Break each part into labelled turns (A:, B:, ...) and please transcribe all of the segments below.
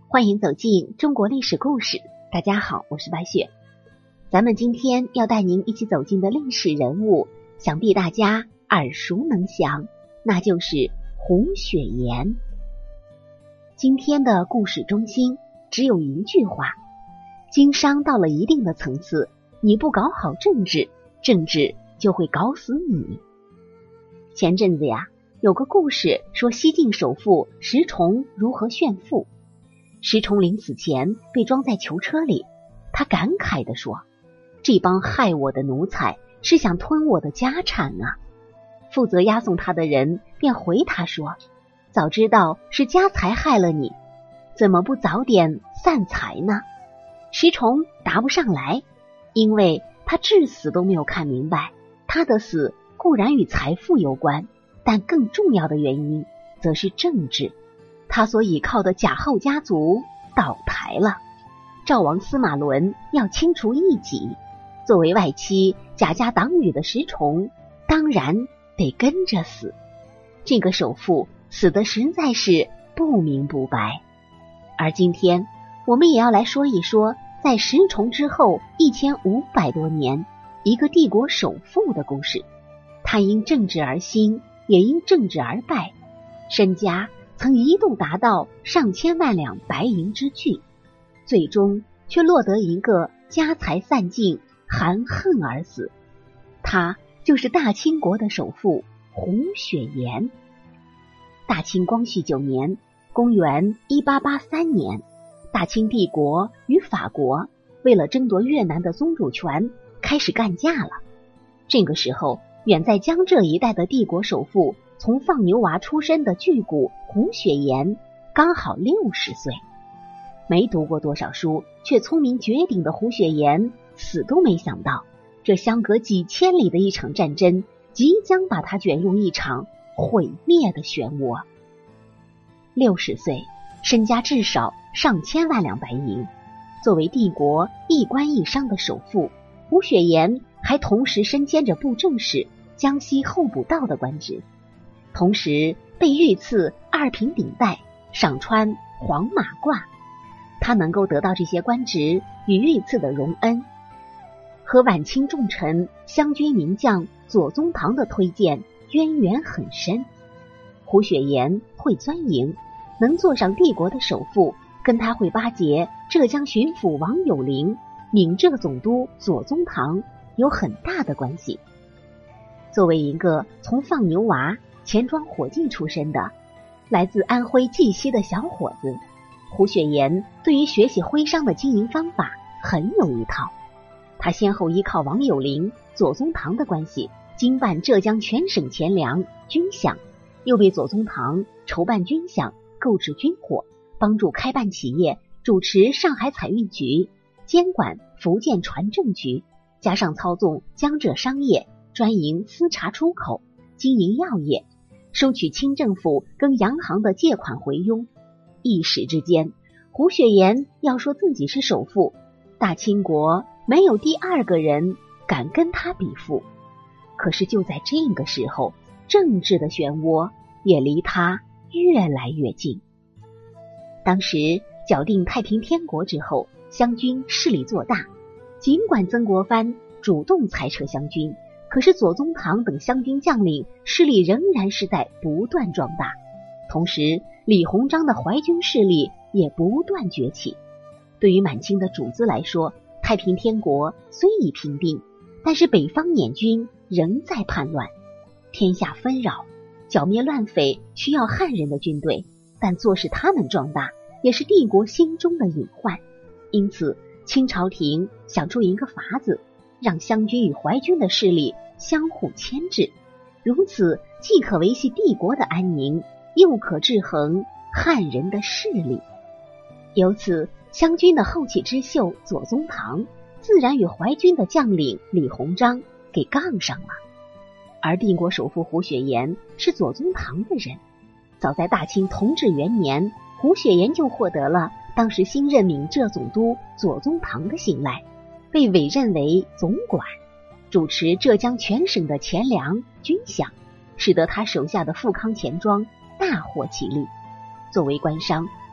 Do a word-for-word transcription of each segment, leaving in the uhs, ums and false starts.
A: 欢迎走进中国历史故事。大家好，我是白雪。咱们今天要带您一起走进的历史人物，想必大家耳熟能详，那就是胡雪岩。今天的故事中心只有一句话：经商到了一定的层次，你不搞好政治，政治就会搞死你。前阵子呀，有个故事说西晋首富石崇如何炫富。石崇临死前被装在囚车里，他感慨地说：这帮害我的奴才是想吞我的家产啊。负责押送他的人便回他说：早知道是家财害了你，怎么不早点散财呢？石崇答不上来，因为他至死都没有看明白，他的死固然与财富有关，但更重要的原因则是政治。他所倚靠的贾后家族倒台了，赵王司马伦要清除异己，作为外戚贾家党羽的石崇当然得跟着死。这个首富死的实在是不明不白。而今天我们也要来说一说，在石崇之后一千五百多年，一个帝国首富的故事。他因政治而兴，也因政治而败，身家曾一度达到上千万两白银之巨，最终却落得一个家财散尽，含恨而死。他就是大清国的首富胡雪岩。大清光绪九年，公元一八八三年，大清帝国与法国为了争夺越南的宗主权开始干架了。这个时候，远在江浙一带的帝国首富从放牛娃出身的巨贾胡雪岩刚好六十岁。没读过多少书却聪明绝顶的胡雪岩死都没想到，这相隔几千里的一场战争即将把他卷入一场毁灭的漩涡。六十岁，身家至少上千万两白银，作为帝国一官一商的首富，胡雪岩还同时身兼着布政使、江西候补道的官职，同时被御赐二品顶戴，赏穿黄马褂。他能够得到这些官职与御赐的荣恩，和晚清重臣湘军名将左宗棠的推荐渊源很深。胡雪岩会钻营，能坐上帝国的首富，跟他会巴结浙江巡抚王有龄、闽浙总督左宗棠有很大的关系。作为一个从放牛娃、钱庄伙计出身的来自安徽绩溪的小伙子，胡雪岩对于学习徽商的经营方法很有一套。他先后依靠王有龄、左宗棠的关系，经办浙江全省钱粮、军饷，又被左宗棠筹办军饷、购置军火，帮助开办企业，主持上海采运局，监管福建船政局，加上操纵江浙商业，专营私茶出口，经营药业，收取清政府跟洋行的借款回佣。一时之间，胡雪岩要说自己是首富，大清国没有第二个人敢跟他比富。可是就在这个时候，政治的漩涡也离他越来越近。当时搅定太平天国之后，湘军势力做大，尽管曾国藩主动裁撤湘军，可是左宗棠等湘军将领势力仍然是在不断壮大。同时李鸿章的淮军势力也不断崛起。对于满清的主子来说，太平天国虽已平定，但是北方捻军仍在叛乱，天下纷扰，剿灭乱匪需要汉人的军队，但坐视他们壮大也是帝国心中的隐患。因此清朝廷想出一个法子，让湘军与淮军的势力相互牵制，如此既可维系帝国的安宁，又可制衡汉人的势力。由此湘军的后起之秀左宗棠自然与淮军的将领李鸿章给杠上了。而帝国首富胡雪岩是左宗棠的人，早在大清同治元年，胡雪岩就获得了当时新任闽浙总督左宗棠的信赖，被委任为总管，主持浙江全省的钱粮、军饷，使得他手下的富康钱庄大获其利。作为官商，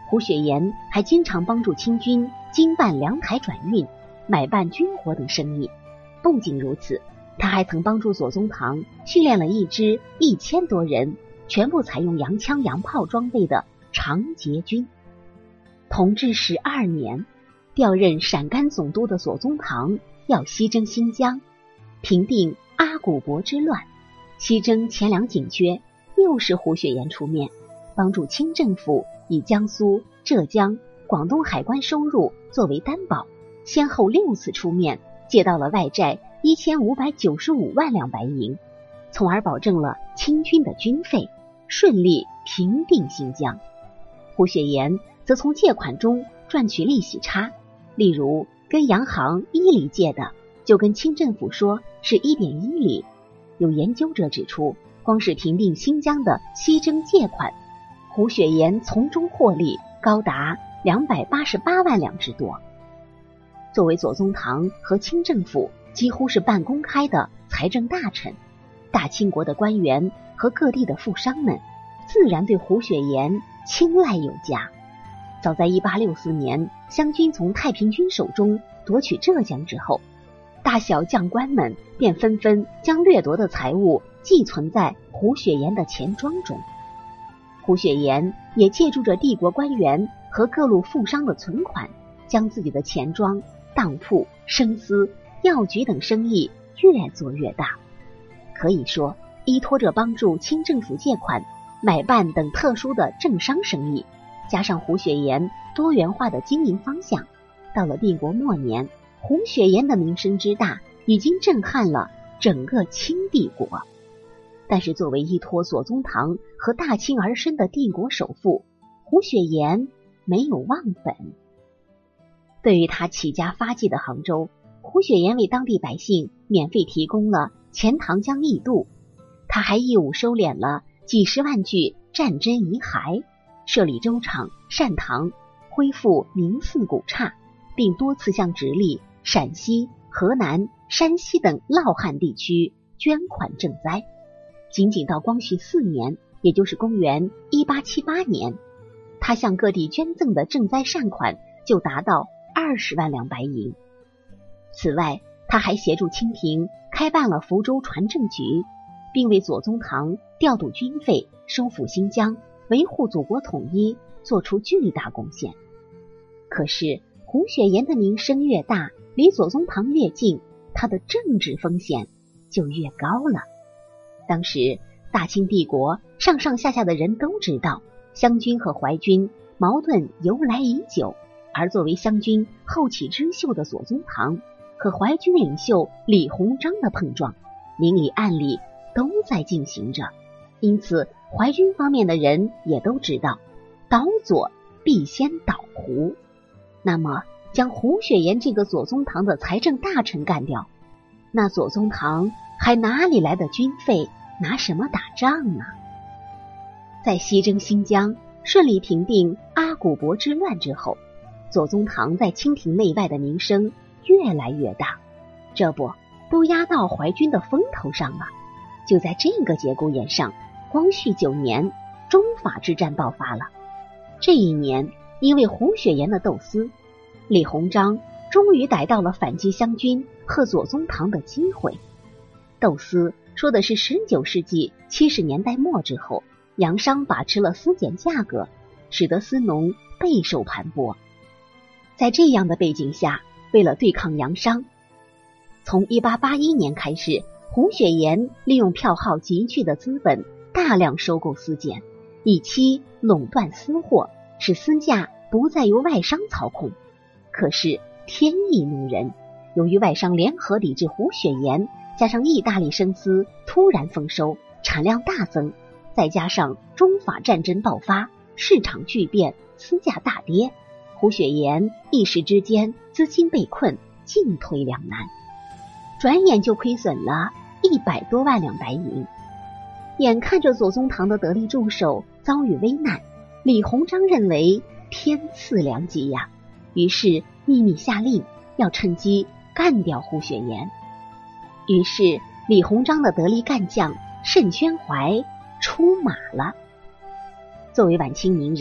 A: 胡雪岩还经常帮助清军经办粮台转运、买办军火等生意。不仅如此，他还曾帮助左宗棠训练了一支一千多人，全部采用洋枪洋炮装备的长捷军。同治十二年，调任陕甘总督的左宗棠要西征新疆，平定阿古柏之乱，西征前两紧缺，又是胡雪岩出面，帮助清政府以江苏、浙江、广东海关收入作为担保，先后六次出面借到了外债一千五百九十五万两白银，从而保证了清军的军费，顺利平定新疆。胡雪岩则从借款中赚取利息差，例如跟洋行一厘借的，就跟清政府说是 一点一厘。有研究者指出，光是平定新疆的西征借款，胡雪岩从中获利高达两百八十八万两之多。作为左宗棠和清政府几乎是半公开的财政大臣，大清国的官员和各地的富商们自然对胡雪岩青睐有加。早在一八六四年，湘军从太平军手中夺取浙江之后，大小将官们便纷纷将掠夺的财物寄存在胡雪岩的钱庄中。胡雪岩也借助着帝国官员和各路富商的存款，将自己的钱庄、当铺、生丝、药局等生意越做越大。可以说，依托着帮助清政府借款、买办等特殊的政商生意，加上胡雪岩多元化的经营方向，到了帝国末年，胡雪岩的名声之大已经震撼了整个清帝国。但是作为依托左宗棠和大清而生的帝国首富，胡雪岩没有忘本。对于他起家发迹的杭州，胡雪岩为当地百姓免费提供了钱塘江驿渡，他还义务收敛了几十万具战争遗骸，设立粥厂、善堂，恢复民祀古刹，并多次向直隶、陕西、河南、山西等涝旱地区捐款赈灾。仅仅到光绪四年，也就是公元一八七八年，他向各地捐赠的赈灾善款就达到二十万两白银。此外，他还协助清廷开办了福州船政局，并为左宗棠调度军费、收复新疆、维护祖国统一做出巨大贡献。可是胡雪岩的名声越大，离左宗棠越近，他的政治风险就越高了。当时大清帝国上上下下的人都知道，湘军和淮军矛盾由来已久，而作为湘军后起之秀的左宗棠和淮军领袖李鸿章的碰撞，明里暗里都在进行着。因此淮军方面的人也都知道，倒左必先倒胡。那么将胡雪岩这个左宗棠的财政大臣干掉，那左宗棠还哪里来的军费，拿什么打仗呢？在西征新疆、顺利平定阿古柏之乱之后，左宗棠在清廷内外的名声越来越大，这不都压到淮军的风头上了。就在这个节骨眼上，光绪九年，中法之战爆发了。这一年，因为胡雪岩的斗私，李鸿章终于逮到了反击湘军和左宗棠的机会。斗私说的是十九世纪七十年代末之后，洋商把持了丝碱价格，使得丝农备受盘剥。在这样的背景下，为了对抗洋商，从一八八一年开始，胡雪岩利用票号集聚的资本，大量收购丝碱，以期垄断丝货，使丝价不再由外商操控。可是天意弄人，由于外商联合抵制胡雪岩，加上意大利生丝突然丰收，产量大增，再加上中法战争爆发，市场巨变，丝价大跌，胡雪岩一时之间资金被困，进退两难，转眼就亏损了一百多万两白银。眼看着左宗棠的得力助手遭遇危难，李鸿章认为天赐良机呀，于是秘密下令要趁机干掉胡雪岩。于是李鸿章的得力干将盛宣怀出马了。作为晚清名人，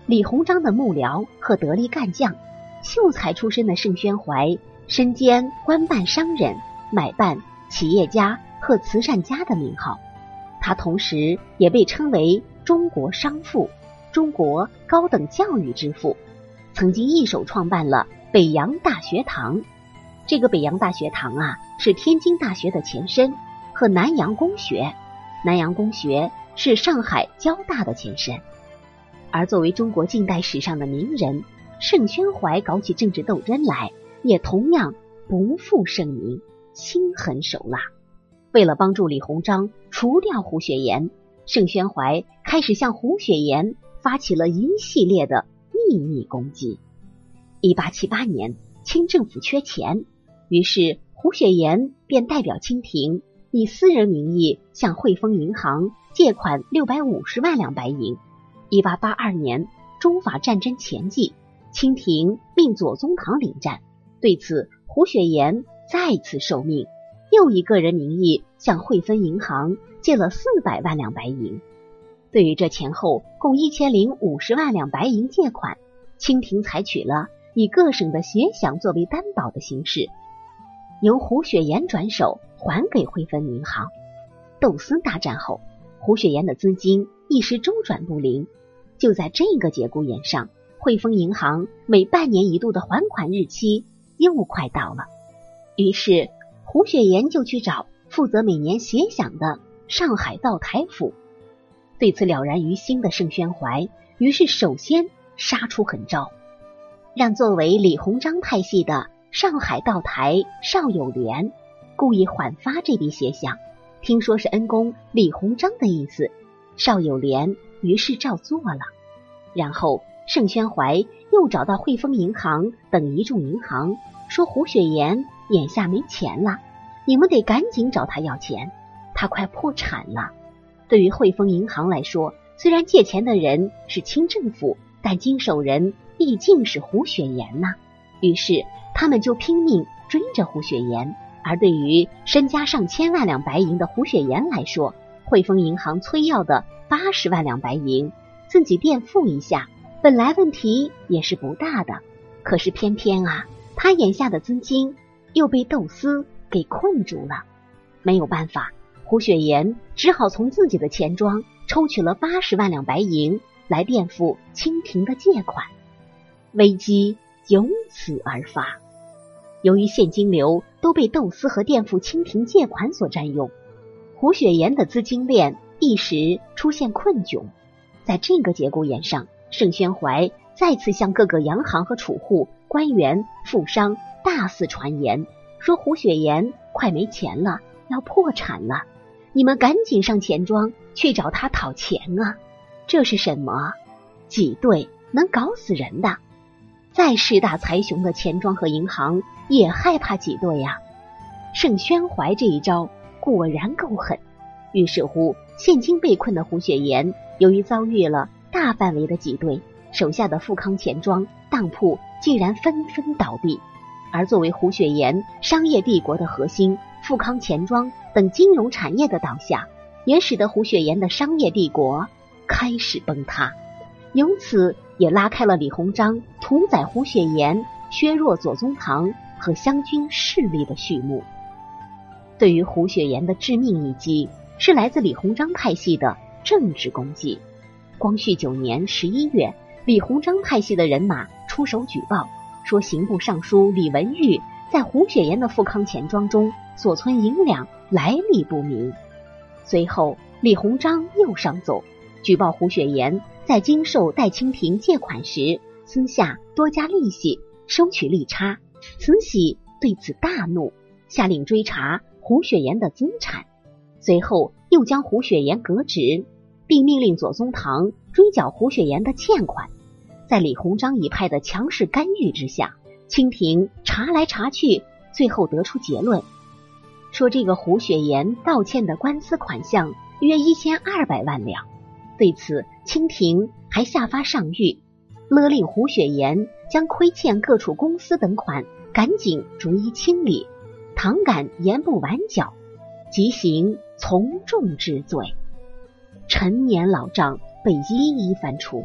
A: 李鸿章的幕僚和得力干将，秀才出身的盛宣怀身兼官办商人、买办、企业家和慈善家的名号。他同时也被称为中国商父、中国高等教育之父，曾经一手创办了北洋大学堂。这个北洋大学堂啊，是天津大学的前身，和南洋公学。南洋公学是上海交大的前身。而作为中国近代史上的名人，盛宣怀搞起政治斗争来，也同样不负盛名，心狠手辣。为了帮助李鸿章除掉胡雪岩，盛宣怀开始向胡雪岩发起了一系列的秘密攻击。一八七八年，清政府缺钱，于是胡雪岩便代表清廷以私人名义向汇丰银行借款六百五十万两白银。一八八二年，中法战争前夕，清廷命左宗棠领战，对此胡雪岩再次受命，又以个人名义向汇丰银行借了四百万两白银。对于这前后共一千零五十万两白银借款，清廷采取了以各省的学饷作为担保的形式，由胡雪岩转手还给汇丰银行。斗私大战后，胡雪岩的资金一时周转不灵，就在这个节骨眼上，汇丰银行每半年一度的还款日期又快到了。于是胡雪岩就去找负责每年协饷的上海道台府。对此了然于心的盛宣怀，于是首先杀出狠招，让作为李鸿章派系的上海道台邵友莲故意缓发这笔协饷，听说是恩公李鸿章的意思，邵友莲于是照做了。然后盛宣怀又找到汇丰银行等一众银行，说胡雪岩眼下没钱了，你们得赶紧找他要钱，他快破产了。对于汇丰银行来说，虽然借钱的人是清政府，但经手人毕竟是胡雪岩呐、啊。于是他们就拼命追着胡雪岩。而对于身家上千万两白银的胡雪岩来说，汇丰银行催要的八十万两白银，自己垫付一下，本来问题也是不大的。可是偏偏啊，他眼下的资金又被斗私给困住了。没有办法，胡雪岩只好从自己的钱庄抽取了八十万两白银来垫付清廷的借款。危机由此而发。由于现金流都被斗私和垫付清廷借款所占用，胡雪岩的资金链一时出现困窘。在这个节骨眼上，盛宣怀再次向各个洋行和储户、官员、富商大肆传言，说胡雪岩快没钱了，要破产了，你们赶紧上钱庄去找他讨钱啊！这是什么？挤兑能搞死人的。再势大财雄的钱庄和银行也害怕挤兑呀、啊。盛宣怀这一招果然够狠。于是乎，现今被困的胡雪岩由于遭遇了大范围的挤兑，手下的富康钱庄、当铺竟然纷纷倒闭。而作为胡雪岩商业帝国的核心，富康钱庄等金融产业的倒下，也使得胡雪岩的商业帝国开始崩塌。由此也拉开了李鸿章屠宰胡雪岩、削弱左宗棠和湘军势力的序幕。对于胡雪岩的致命一击，是来自李鸿章派系的政治攻击。光绪九年十一月，李鸿章派系的人马出手举报，说刑部尚书李文玉在胡雪岩的富康钱庄中所存银两来历不明。随后李鸿章又上奏，举报胡雪岩在经受代清廷借款时，私下多加利息，收取利差。慈禧对此大怒，下令追查胡雪岩的资产。随后又将胡雪岩革职，并命令左宗棠追缴胡雪岩的欠款。在李鸿章一派的强势干预之下，清廷查来查去，最后得出结论，说这个胡雪岩盗欠的官司款项约一千二百万两。对此，清廷还下发上谕，勒令胡雪岩将亏欠各处公司等款赶紧逐一清理，倘敢言不完缴，即行从重之罪。陈年老账被一一翻出。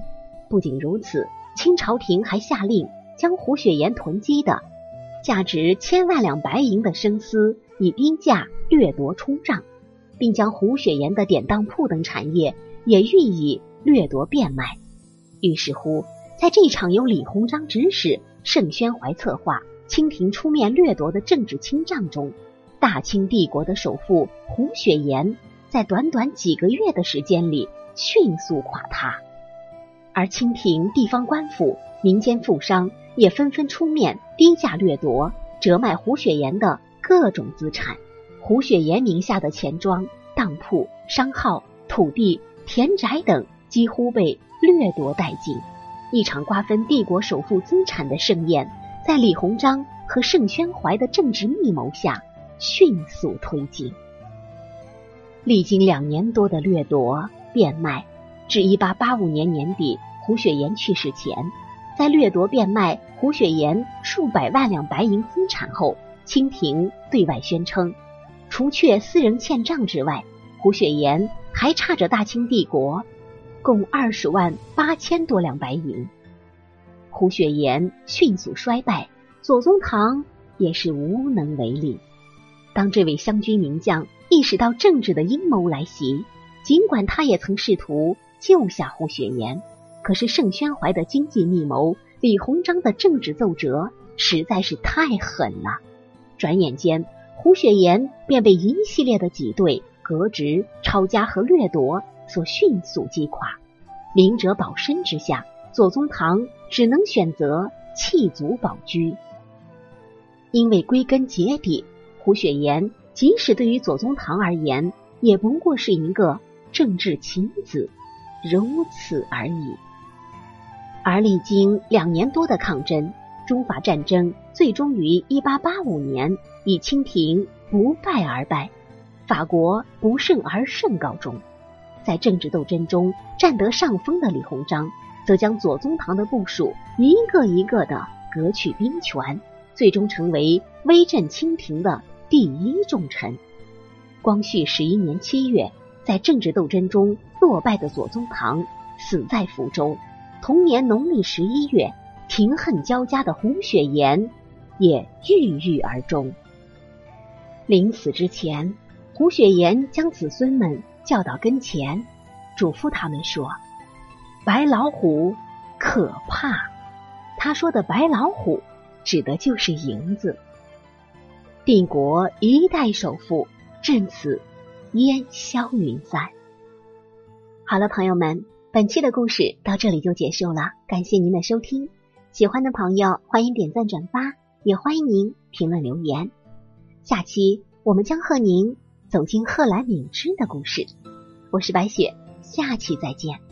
A: 不仅如此，清朝廷还下令将胡雪岩囤积的价值千万两白银的生丝以低价掠夺冲账，并将胡雪岩的典当铺等产业也予以掠夺变卖。于是乎，在这场由李鸿章指使、盛宣怀策划、清廷出面掠夺的政治清账中，大清帝国的首富胡雪岩在短短几个月的时间里迅速垮塌，而清廷地方官府、民间富商也纷纷出面低价掠夺、折卖胡雪岩的各种资产。胡雪岩名下的钱庄、当铺、商号、土地、田宅等几乎被掠夺殆尽。一场瓜分帝国首富资产的盛宴，在李鸿章和盛宣怀的政治密谋下迅速推进。历经两年多的掠夺变卖，至一八八五年年底胡雪岩去世前，在掠夺变卖胡雪岩数百万两白银资产后，清廷对外宣称，除却私人欠账之外，胡雪岩还差着大清帝国共二十万八千多两白银。胡雪岩迅速衰败，左宗棠也是无能为力。当这位湘军名将意识到政治的阴谋来袭，尽管他也曾试图救下胡雪岩，可是盛宣怀的经济密谋、李鸿章的政治奏折实在是太狠了。转眼间，胡雪岩便被一系列的挤兑、革职、抄家和掠夺所迅速击垮。明哲保身之下，左宗棠只能选择弃卒保车。因为归根结底，胡雪岩即使对于左宗棠而言，也不过是一个政治棋子，如此而已。而历经两年多的抗争，中法战争最终于一八八五年以清廷不败而败，法国不胜而胜告终。在政治斗争中占得上风的李鸿章，则将左宗棠的部属一个一个的革去兵权，最终成为威震清廷的第一重臣。光绪十一年七月，在政治斗争中落败的左宗棠死在福州。同年农历十一月，廷恨交加的胡雪岩也郁郁而终。临死之前，胡雪岩将子孙们叫到跟前，嘱咐他们说：白老虎可怕。他说的白老虎指的就是银子。帝国一代首富至此烟消云散。好了，朋友们，本期的故事到这里就结束了，感谢您的收听。喜欢的朋友欢迎点赞转发，也欢迎您评论留言。下期我们将和您走进贺兰敏之的故事。我是白雪，下期再见。